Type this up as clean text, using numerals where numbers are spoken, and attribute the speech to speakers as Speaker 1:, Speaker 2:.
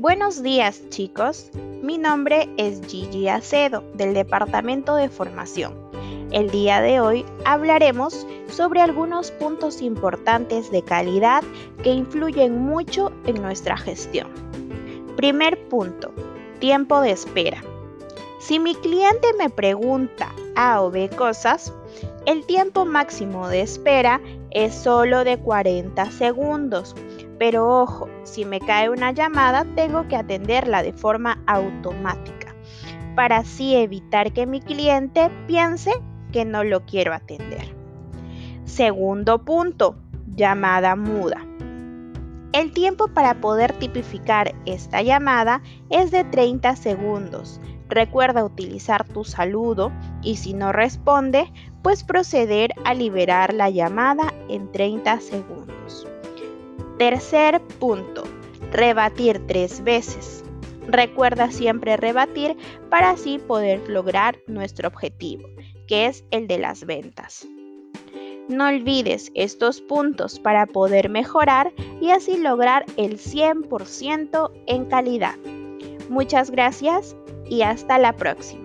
Speaker 1: Buenos días, chicos. Mi nombre es Gigi Acedo, del Departamento de Formación. El día de hoy hablaremos sobre algunos puntos importantes de calidad que influyen mucho en nuestra gestión. Primer punto, tiempo de espera. Si mi cliente me pregunta A o B cosas, el tiempo máximo de espera es solo de 40 segundos. Pero ojo, si me cae una llamada, tengo que atenderla de forma automática, para así evitar que mi cliente piense que no lo quiero atender. Segundo punto, llamada muda. El tiempo para poder tipificar esta llamada es de 30 segundos. Recuerda utilizar tu saludo y si no responde, pues proceder a liberar la llamada en 30 segundos. Tercer punto, rebatir 3 veces. Recuerda siempre rebatir para así poder lograr nuestro objetivo, que es el de las ventas. No olvides estos puntos para poder mejorar y así lograr el 100% en calidad. Muchas gracias y hasta la próxima.